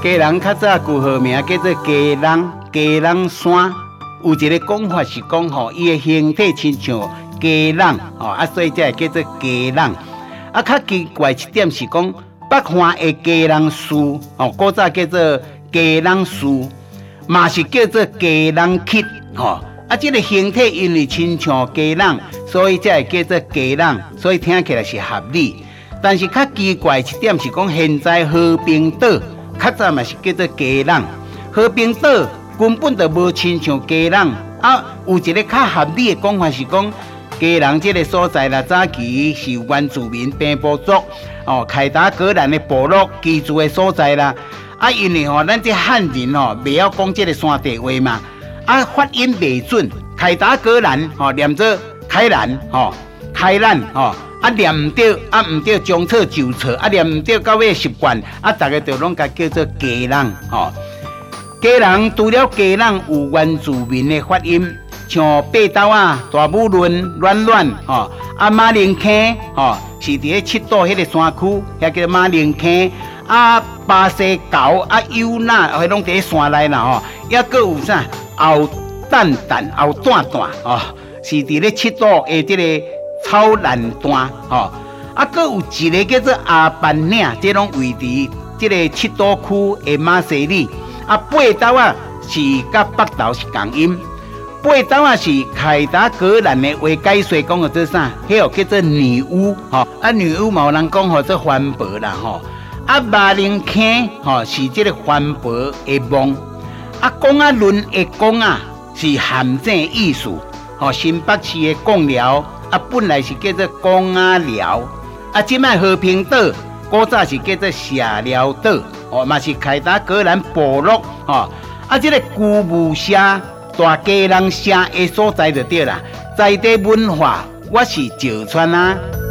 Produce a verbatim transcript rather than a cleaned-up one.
基隆较早旧号名叫做基隆基隆山，有一个讲法是讲吼，伊的形体亲像鸡笼吼，啊，所以才会叫做鸡笼。啊，较奇怪一点是讲北方的鸡笼树，吼，古早叫做鸡笼树，嘛是叫做鸡笼乞，吼。啊，这个形体因为亲像鸡笼，所以才会叫做鸡笼，所以听起来是合理。但是较奇怪一点是讲，现在和平岛较早嘛是叫做鸡笼，和平岛根本就无亲像鸡笼。啊，有一个较合理的讲法是讲，基隆这个所在啦，早期是原住民平埔族哦，凯达格兰的部落居住的所在啦。啊，因为吼、哦，咱这汉人吼、哦，袂晓讲这个山地话嘛，啊，发音袂准。凯达格兰吼、哦，念做凯兰吼、哦，开兰吼。哦啊，念唔对，啊唔对，将错就错，啊念唔对，到尾习惯，啊大家就拢甲叫做鸡笼吼。鸡笼除了鸡笼有原住民的发音，像八斗啊、大武仑、软软吼，啊马铃坑吼是伫咧七岛迄个山区，遐叫马铃坑，啊巴西狗啊优娜，迄拢伫咧山内啦吼，抑佫有啥后蛋蛋、后蛋蛋吼，是伫咧七岛的即个。草兰段吼，啊，佮有一个叫做阿班岭，这拢位伫这个七岛区的马西里。啊，八斗啊是甲北斗是同音，八斗啊是凯达格兰的话解说讲个做啥？迄个叫做女巫吼，啊女巫嘛有人讲吼做环保啦吼，啊马铃坑吼是这个环保的梦，啊讲啊论的讲啊是含正意思，吼新北市的讲寮。啊，本来是叫做公仔寮，啊，即摆和平岛，古早是叫做社寮岛，哦，嘛是凯达格兰部落，哦，啊，这个巨木社、大鸡笼社的所在就对啦，在地文化，我是石川啊。